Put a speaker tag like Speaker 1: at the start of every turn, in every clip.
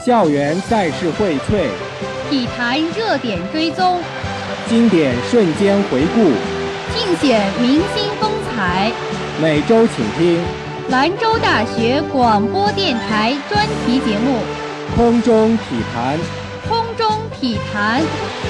Speaker 1: 校园赛事荟萃，
Speaker 2: 体坛热点追踪，
Speaker 1: 经典瞬间回顾，
Speaker 2: 尽显明星风采。
Speaker 1: 每周请听
Speaker 2: 兰州大学广播电台专题节目
Speaker 1: 《空中体坛》。
Speaker 2: 空中体坛。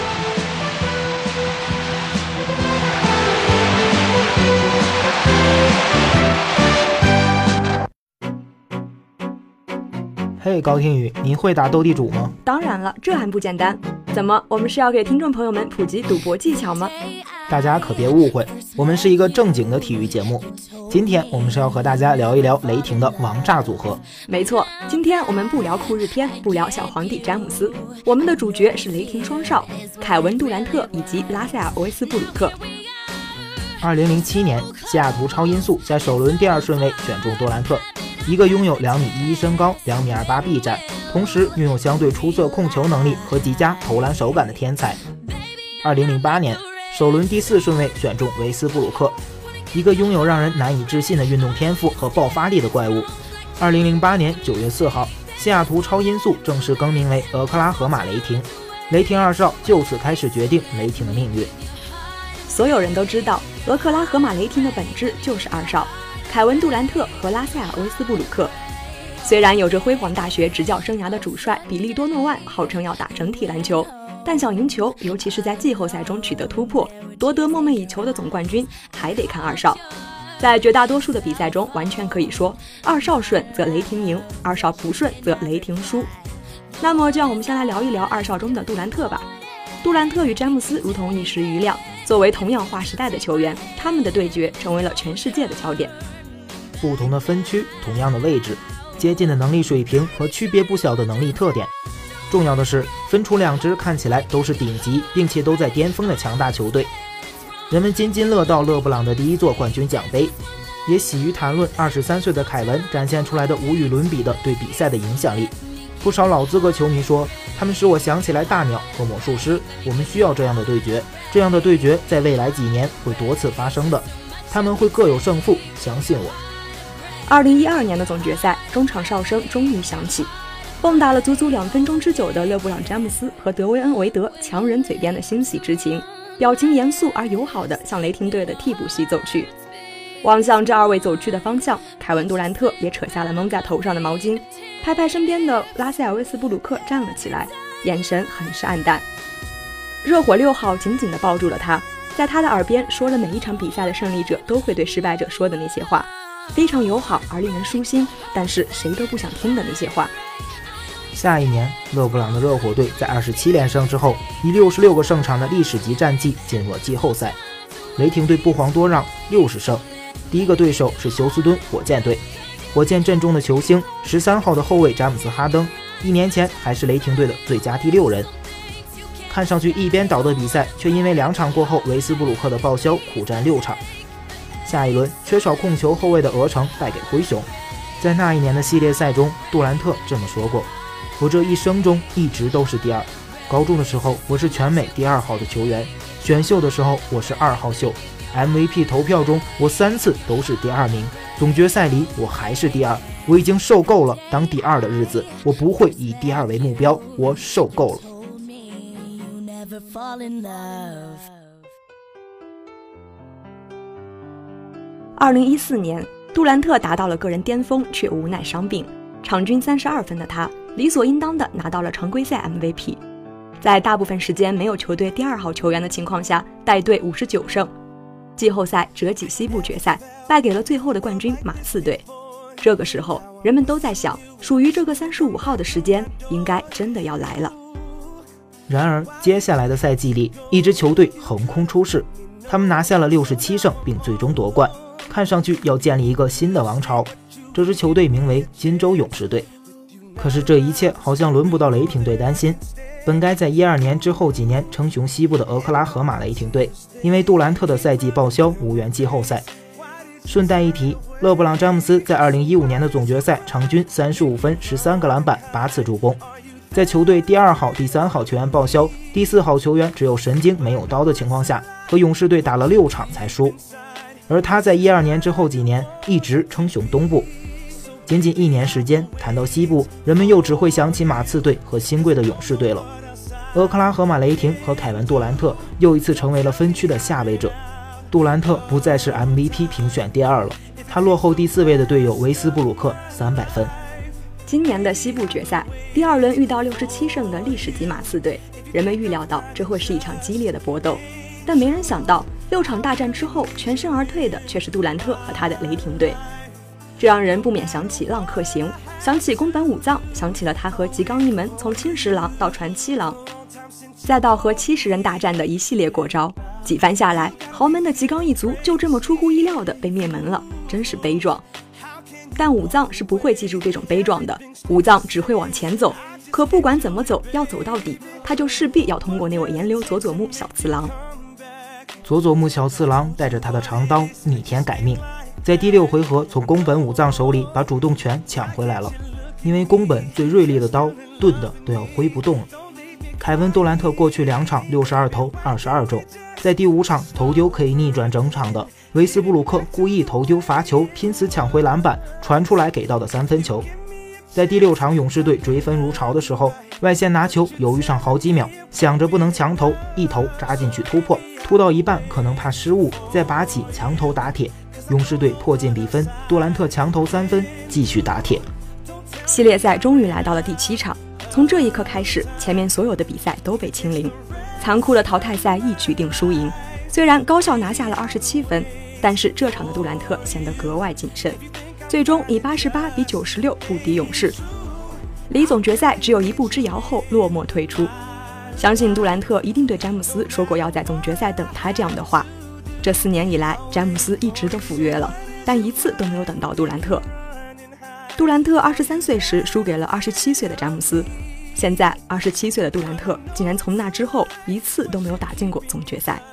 Speaker 3: 嘿，高听宇，你会打斗地主吗？
Speaker 4: 当然了，这还不简单。怎么，我们是要给听众朋友们普及赌博技巧吗？
Speaker 3: 大家可别误会，我们是一个正经的体育节目。今天我们是要和大家聊一聊雷霆的王炸组合。
Speaker 4: 没错，今天我们不聊库日天，不聊小皇帝詹姆斯，我们的主角是雷霆双少凯文杜兰特以及拉塞尔维斯布鲁克。
Speaker 3: 2007年，西雅图超音速在首轮第2顺位选中杜兰特，一个拥有2.11米身高、2.28米臂展，同时拥有相对出色控球能力和极佳投篮手感的天才。2008年，首轮第4顺位选中维斯布鲁克，一个拥有让人难以置信的运动天赋和爆发力的怪物。2008年9月4号，西雅图超音速正式更名为俄克拉荷马雷霆，雷霆二少就此开始决定雷霆的命运。
Speaker 4: 所有人都知道，俄克拉荷马雷霆的本质就是二少凯文杜兰特和拉塞尔维斯布鲁克。虽然有着辉煌大学执教生涯的主帅比利多诺万号称要打整体篮球，但想赢球，尤其是在季后赛中取得突破，夺得梦寐以求的总冠军，还得看二少。在绝大多数的比赛中，完全可以说二少顺则雷霆赢，二少不顺则雷霆输。那么就让我们先来聊一聊二少中的杜兰特吧。杜兰特与詹姆斯如同一时瑜亮，作为同样划时代的球员，他们的对决成为了全世界的焦点。
Speaker 3: 不同的分区，同样的位置，接近的能力水平和区别不小的能力特点。重要的是，分出2支看起来都是顶级并且都在巅峰的强大球队。人们津津乐道勒布朗的第1座冠军奖杯，也喜于谈论23岁的凯文展现出来的无与伦比的对比赛的影响力。不少老资格球迷说，他们使我想起来大鸟和魔术师，我们需要这样的对决，这样的对决在未来几年会多次发生的，他们会各有胜负，相信我。
Speaker 4: 2012年的总决赛，中场哨声终于响起，蹦跶了足足2分钟之久的勒布朗詹姆斯和德维恩韦德强忍嘴边的欣喜之情，表情严肃而友好地向雷霆队的替补席走去。望向这2位走去的方向，凯文杜兰特也扯下了蒙在头上的毛巾，拍拍身边的拉塞尔维斯布鲁克站了起来，眼神很是黯淡。热火6号紧紧地抱住了他，在他的耳边说了每一场比赛的胜利者都会对失败者说的那些话，非常友好而令人舒心，但是谁都不想听的那些话。
Speaker 3: 下一年，勒布朗的热火队在27连胜之后，以66个胜场的历史级战绩进入了季后赛。雷霆队不遑多让，60胜。第一个对手是休斯敦火箭队，火箭阵中的球星13号的后卫詹姆斯哈登，1年前还是雷霆队的最佳第6人。看上去一边倒的比赛，却因为2场过后维斯布鲁克的报销苦战6场。下一轮缺少控球后卫的俄城败给灰熊。在那一年的系列赛中，杜兰特这么说过，我这一生中一直都是第2，高中的时候我是全美第2号的球员，选秀的时候我是2号秀， MVP 投票中我3次都是第2名，总决赛里我还是第2，我已经受够了当第2的日子，我不会以第2为目标，我受够了。
Speaker 4: 2014年，杜兰特达到了个人巅峰，却无奈伤病，场均32分的他理所应当的拿到了常规赛 MVP， 在大部分时间没有球队第2号球员的情况下，带队59胜。季后赛折戟西部决赛，败给了最后的冠军马刺队。这个时候，人们都在想，属于这个35号的时间应该真的要来了。
Speaker 3: 然而接下来的赛季里，一支球队横空出世，他们拿下了67胜并最终夺冠，看上去要建立一个新的王朝。这支球队名为金州勇士队。可是这一切好像轮不到雷霆队担心，本该在12年之后几年称雄西部的俄克拉荷马雷霆队，因为杜兰特的赛季报销无缘季后赛。顺带一提，勒布朗詹姆斯在2015年的总决赛场均35分、13个篮板、8次助攻。在球队第2号、第3号球员报销，第4号球员只有神经没有刀的情况下，和勇士队打了6场才输。而他在12年之后几年一直称雄东部。 仅仅1年时间，谈到西部，人们又只会想起马刺队和新贵的勇士队了。俄克拉荷马雷霆和凯文杜兰特又一次成为了分区的下位者。杜兰特不再是 MVP 评选第2了，他落后第4位的队友维斯布鲁克300分。
Speaker 4: 今年的西部决赛第2轮遇到67胜的历史级马刺队，人们预料到这会是一场激烈的搏斗，但没人想到6场大战之后全身而退的却是杜兰特和他的雷霆队。这让人不免想起浪客行，想起宫本武藏，想起了他和吉冈一门从青石郎到传七郎，再到和70人大战的一系列过招。几番下来，豪门的吉冈一族就这么出乎意料的被灭门了，真是悲壮。但武藏是不会记住这种悲壮的，武藏只会往前走，可不管怎么走，要走到底，他就势必要通过那位岩流佐佐木小次郎。
Speaker 3: 佐佐木小次郎带着他的长刀逆天改命，在第6回合从宫本武藏手里把主动权抢回来了，因为宫本最锐利的刀钝的都要挥不动了。凯文杜兰特过去2场62投22中，在第5场投丢可以逆转整场的维斯布鲁克故意投丢罚球，拼死抢回篮板，传出来给到的3分球。在第6场勇士队追分如潮的时候，外线拿球犹豫上好几秒，想着不能强投，一头扎进去突破，突到一半可能怕失误，再拔起强投打铁，勇士队迫近比分，杜兰特强投3分继续打铁。
Speaker 4: 系列赛终于来到了第7场，从这一刻开始，前面所有的比赛都被清零，残酷的淘汰赛一举定输赢。虽然高效拿下了27分，但是这场的杜兰特显得格外谨慎，最终以88比96不敌勇士，离总决赛只有1步之遥后落寞退出。相信杜兰特一定对詹姆斯说过要在总决赛等他这样的话。这4年以来，詹姆斯一直都赴约了，但一次都没有等到杜兰特。杜兰特23岁时输给了27岁的詹姆斯，现在27岁的杜兰特竟然从那之后一次都没有打进过总决赛。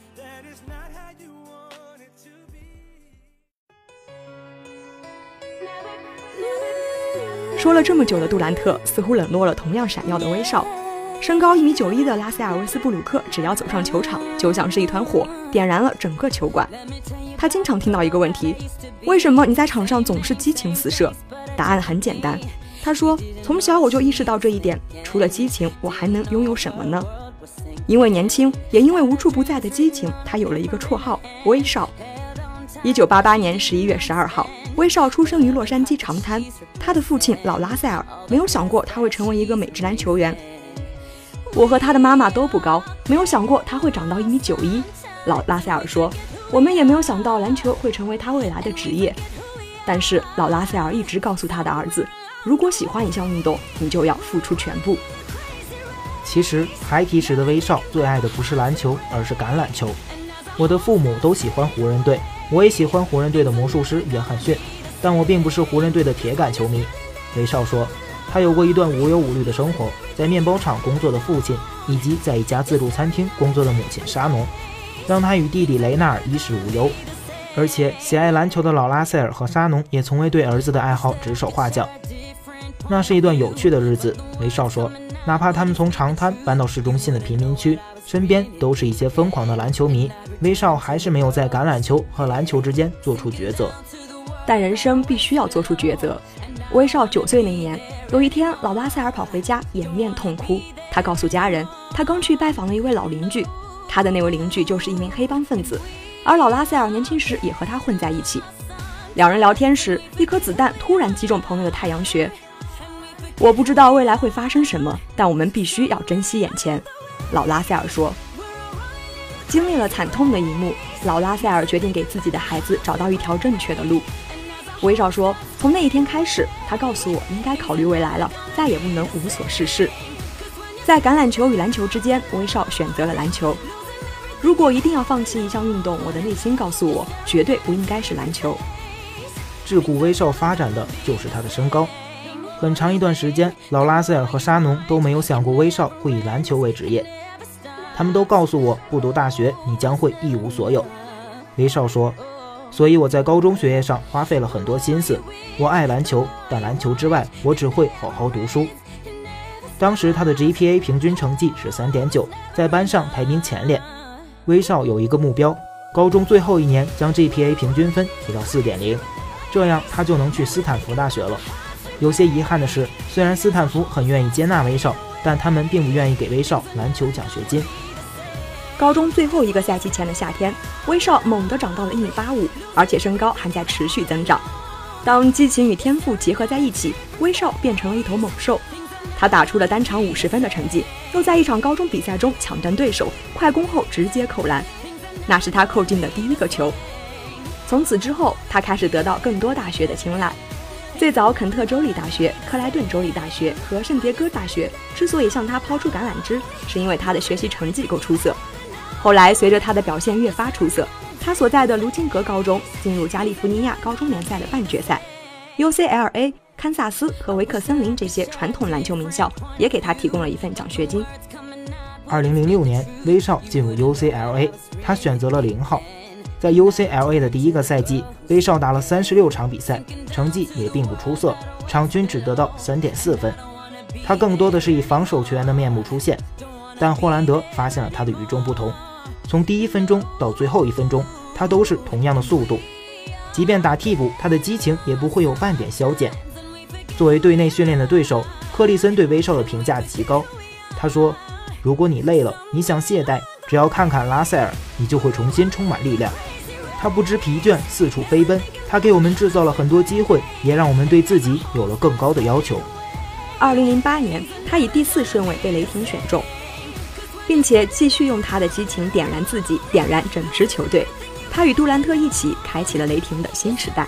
Speaker 4: 说了这么久的杜兰特似乎冷落了同样闪耀的威少。身高1.91米的拉塞尔·威斯布鲁克只要走上球场，就像是一团火，点燃了整个球馆。他经常听到一个问题：为什么你在场上总是激情四射？答案很简单，他说：从小我就意识到这一点，除了激情，我还能拥有什么呢？因为年轻，也因为无处不在的激情，他有了一个绰号——威少。1988年11月12号，威少出生于洛杉矶长滩。他的父亲老拉塞尔没有想过他会成为一个美职篮球员。我和他的妈妈都不高，没有想过他会长到1.91米。老拉塞尔说，我们也没有想到篮球会成为他未来的职业。但是老拉塞尔一直告诉他的儿子，如果喜欢一项运动，你就要付出全部。
Speaker 3: 其实孩提时的威少最爱的不是篮球，而是橄榄球。我的父母都喜欢湖人队，我也喜欢湖人队的魔术师约翰逊，但我并不是湖人队的铁杆球迷。威少说，他有过一段无忧无虑的生活，在面包厂工作的父亲，以及在一家自助餐厅工作的母亲沙农，让他与弟弟雷纳尔衣食无忧。而且喜爱篮球的老拉塞尔和沙农也从未对儿子的爱好指手画脚。那是一段有趣的日子，威少说，哪怕他们从长滩搬到市中心的贫民区，身边都是一些疯狂的篮球迷，威少还是没有在橄榄球和篮球之间做出抉择。
Speaker 4: 但人生必须要做出抉择。威少9岁那年，有一天老拉塞尔跑回家，掩面痛哭。他告诉家人，他刚去拜访了一位老邻居，他的那位邻居就是一名黑帮分子，而老拉塞尔年轻时也和他混在一起。两人聊天时，一颗子弹突然击中朋友的太阳穴。我不知道未来会发生什么，但我们必须要珍惜眼前，老拉塞尔说。经历了惨痛的一幕，老拉塞尔决定给自己的孩子找到一条正确的路。威少说，从那一天开始，他告诉我应该考虑未来了，再也不能无所事事。在橄榄球与篮球之间，威少选择了篮球。如果一定要放弃一项运动，我的内心告诉我，绝对不应该是篮球。
Speaker 3: 桎梏威少发展的就是他的身高。很长一段时间，老拉塞尔和沙农都没有想过威少会以篮球为职业。他们都告诉我，不读大学，你将会一无所有。威少说，所以我在高中学业上花费了很多心思。我爱篮球，但篮球之外，我只会好好读书。当时他的 GPA 平均成绩是 3.9， 在班上排名前列。威少有一个目标，高中最后一年将 GPA 平均分提到 4.0。 这样他就能去斯坦福大学了。有些遗憾的是，虽然斯坦福很愿意接纳威少，但他们并不愿意给威少篮球奖学金。
Speaker 4: 高中最后一个赛季前的夏天，威少猛地长到了1.85米，而且身高还在持续增长。当激情与天赋结合在一起，威少变成了一头猛兽。他打出了单场50分的成绩，又在一场高中比赛中抢断对手，快攻后直接扣篮，那是他扣进的第一个球。从此之后，他开始得到更多大学的青睐。最早，肯特州立大学、克莱顿州立大学和圣迭戈大学之所以向他抛出橄榄枝，是因为他的学习成绩够出色。后来，随着他的表现越发出色，他所在的卢金格高中进入加利福尼亚高中联赛的半决赛。UCLA、堪萨斯和维克森林这些传统篮球名校也给他提供了一份奖学金。
Speaker 3: 2006年，威少进入 UCLA， 他选择了0号。在 UCLA 的第一个赛季，威少打了36场比赛，成绩也并不出色，场均只得到 3.4 分。他更多的是以防守球员的面目出现，但霍兰德发现了他的与众不同。从第1分钟到最后1分钟，他都是同样的速度，即便打替补，他的激情也不会有半点消减。作为队内训练的对手，克利森对威少的评价极高。他说，如果你累了，你想懈怠，只要看看拉塞尔，你就会重新充满力量。他不知疲倦，四处飞奔，他给我们制造了很多机会，也让我们对自己有了更高的要求。
Speaker 4: 2008年，他以第4顺位被雷霆选中，并且继续用他的激情点燃自己，点燃整支球队。他与杜兰特一起开启了雷霆的新时代。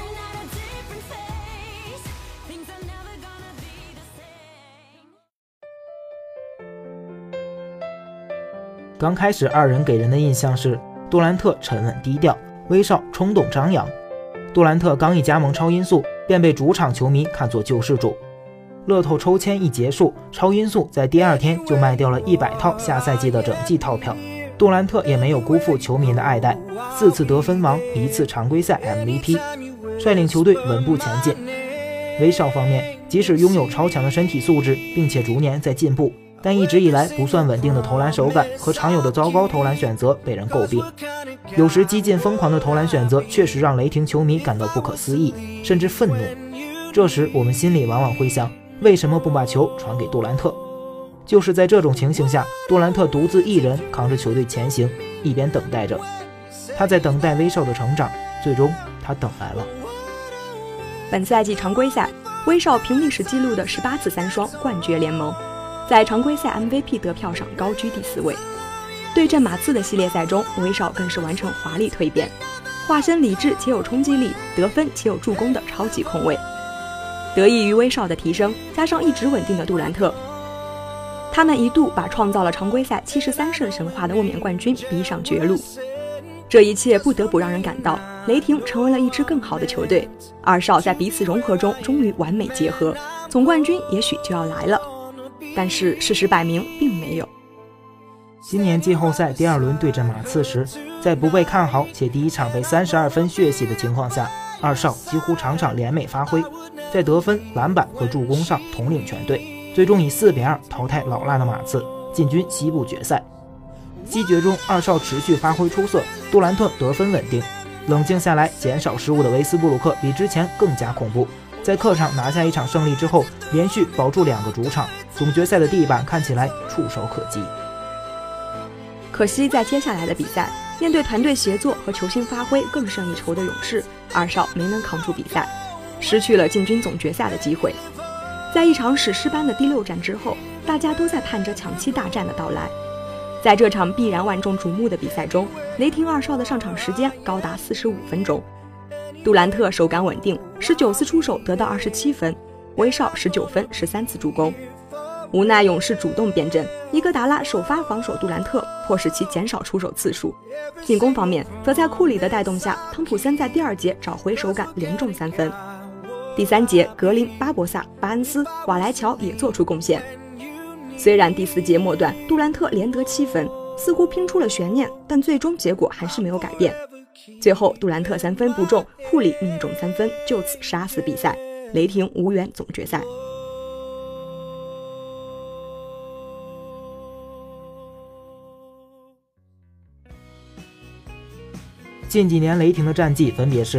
Speaker 3: 刚开始二人给人的印象是杜兰特沉稳低调，威少冲动张扬。杜兰特刚一加盟超音速，便被主场球迷看作救世主。乐透抽签一结束，超音速在第2天就卖掉了100套下赛季的整季套票。杜兰特也没有辜负球迷的爱戴，4次得分王，1次常规赛 MVP， 率领球队稳步前进。威少方面，即使拥有超强的身体素质，并且逐年在进步，但一直以来不算稳定的投篮手感和常有的糟糕投篮选择被人诟病。有时激进疯狂的投篮选择确实让雷霆球迷感到不可思议，甚至愤怒。这时我们心里往往会想，为什么不把球传给杜兰特？就是在这种情形下，杜兰特独自一人扛着球队前行，一边等待着。他在等待威少的成长，最终他等来了。
Speaker 4: 本赛季常规赛，威少凭历史纪录的18次3双冠绝联盟，在常规赛 MVP 得票上高居第4位。对阵马刺的系列赛中，威少更是完成华丽蜕变，化身理智且有冲击力、得分且有助攻的超级控卫。得益于威少的提升，加上一直稳定的杜兰特，他们一度把创造了常规赛73胜神话的卫冕冠军逼上绝路。这一切不得不让人感到，雷霆成为了一支更好的球队，二少在彼此融合中终于完美结合，总冠军也许就要来了。但是事实摆明并没有。
Speaker 3: 今年季后赛第2轮对阵马刺时，在不被看好且第1场被32分血洗的情况下，二少几乎场场联美发挥，在得分、篮板和助攻上统领全队，最终以4-2淘汰老辣的马刺，进军西部决赛。西决中，二少持续发挥出色，杜兰特得分稳定，冷静下来减少失误的威斯布鲁克比之前更加恐怖。在客场拿下1场胜利之后，连续保住2个主场，总决赛的地板看起来触手可及。
Speaker 4: 可惜在接下来的比赛，面对团队协作和球星发挥更胜一筹的勇士，二少没能扛住比赛，失去了进军总决赛的机会。在一场史诗般的第6战之后，大家都在盼着抢七大战的到来。在这场必然万众瞩目的比赛中，雷霆二少的上场时间高达45分钟。杜兰特手感稳定，19次出手得到27分，威少19分13次助攻。无奈勇士主动变阵，伊戈达拉首发防守杜兰特，迫使其减少出手次数。进攻方面，则在库里的带动下，汤普森在第2节找回手感，连中3分。第3节，格林、巴博萨、巴恩斯、瓦莱乔也做出贡献。虽然第4节末段杜兰特连得7分，似乎拼出了悬念，但最终结果还是没有改变。最后杜兰特3分不中，库里命中3分，就此杀死比赛，雷霆无缘总决赛。
Speaker 3: 近几年雷霆的战绩分别是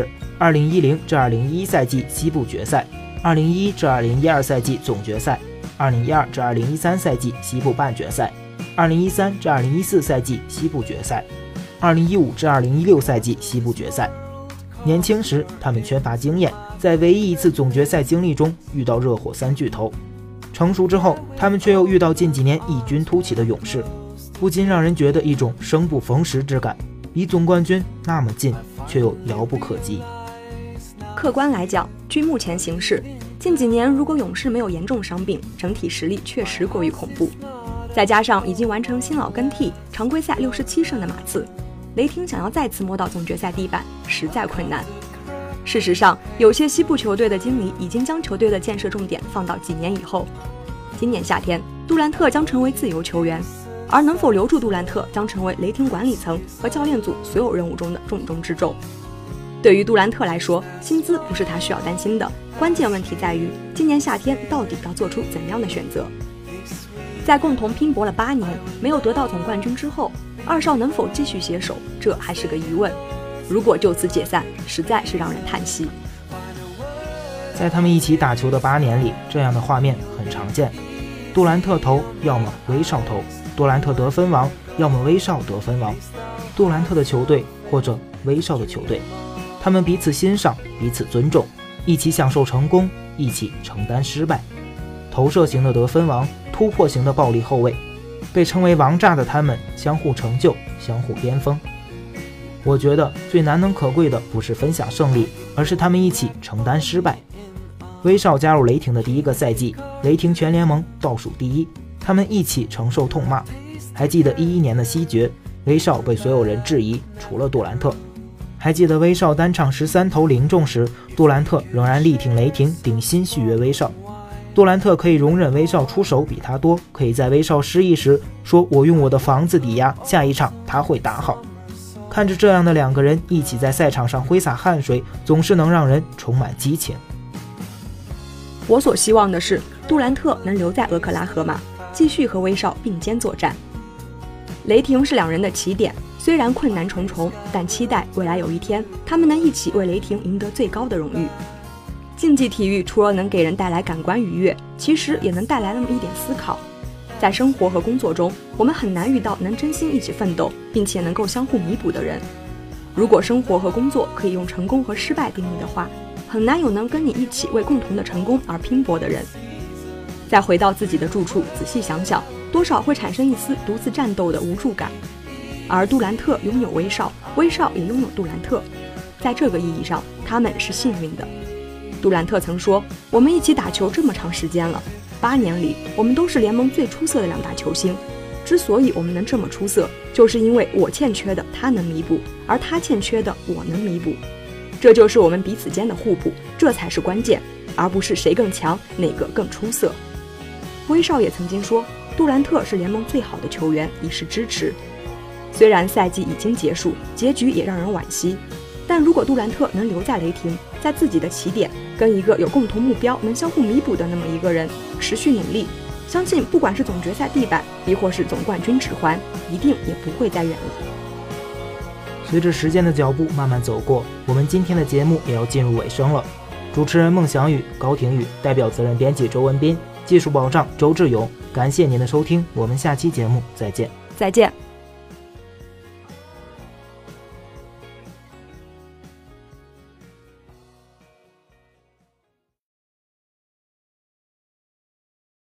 Speaker 3: 2010至2011赛季西部决赛，2011至2012赛季总决赛，2012至2013赛季西部半决赛，2013至2014赛季西部决赛，2015至2016赛季西部决赛。年轻时他们缺乏经验，在唯一一次总决赛经历中遇到热火三巨头，成熟之后他们却又遇到近几年异军突起的勇士，不禁让人觉得一种生不逢时之感，离总冠军那么近，却又遥不可及。
Speaker 4: 客观来讲，据目前形势，近几年如果勇士没有严重伤病，整体实力确实过于恐怖，再加上已经完成新老更替，常规赛67胜的马刺，雷霆想要再次摸到总决赛地板实在困难。事实上，有些西部球队的经理已经将球队的建设重点放到几年以后。今年夏天，杜兰特将成为自由球员，而能否留住杜兰特将成为雷霆管理层和教练组所有任务中的重中之重。对于杜兰特来说，薪资不是他需要担心的，关键问题在于今年夏天到底要做出怎样的选择。在共同拼搏了8年，没有得到总冠军之后，二少能否继续携手，这还是个疑问。如果就此解散，实在是让人叹息。
Speaker 3: 在他们一起打球的8年里，这样的画面很常见。杜兰特投，要么威少投；杜兰特得分王，要么威少得分王。杜兰特的球队或者威少的球队，他们彼此欣赏，彼此尊重，一起享受成功，一起承担失败。投射型的得分王，突破型的暴力后卫，被称为王炸的他们相互成就，相互巅峰。我觉得最难能可贵的不是分享胜利，而是他们一起承担失败。威少加入雷霆的第一个赛季，雷霆全联盟倒数第1，他们一起承受痛骂。还记得11年的西决，威少被所有人质疑，除了杜兰特。还记得威少单场13投0中时，杜兰特仍然力挺雷霆，顶薪续约威少。杜兰特可以容忍威少出手比他多，可以在威少失意时说我用我的房子抵押，下一场他会打好。看着这样的2个人一起在赛场上挥洒汗水，总是能让人充满激情。
Speaker 4: 我所希望的是杜兰特能留在俄克拉荷马，继续和威少并肩作战。雷霆是2人的起点，虽然困难重重，但期待未来有一天他们能一起为雷霆赢得最高的荣誉。竞技体育除了能给人带来感官愉悦，其实也能带来那么一点思考。在生活和工作中，我们很难遇到能真心一起奋斗，并且能够相互弥补的人。如果生活和工作可以用成功和失败定义的话，很难有能跟你一起为共同的成功而拼搏的人。再回到自己的住处，仔细想想，多少会产生一丝独自战斗的无助感。而杜兰特拥有威少，威少也拥有杜兰特，在这个意义上，他们是幸运的。杜兰特曾说，我们一起打球这么长时间了，8年里我们都是联盟最出色的2大球星。之所以我们能这么出色，就是因为我欠缺的他能弥补，而他欠缺的我能弥补。这就是我们彼此间的互补，这才是关键，而不是谁更强，哪个更出色。威少也曾经说，杜兰特是联盟最好的球员，以示支持。虽然赛季已经结束，结局也让人惋惜，但如果杜兰特能留在雷霆，在自己的起点，跟一个有共同目标能相互弥补的那么一个人持续努力，相信不管是总决赛地板，亦或是总冠军指环，一定也不会再远了。
Speaker 3: 随着时间的脚步慢慢走过，我们今天的节目也要进入尾声了。主持人孟祥宇、高廷宇，代表责任编辑周文斌，技术保障周志勇。感谢您的收听，我们下期节目再见。
Speaker 4: 再见。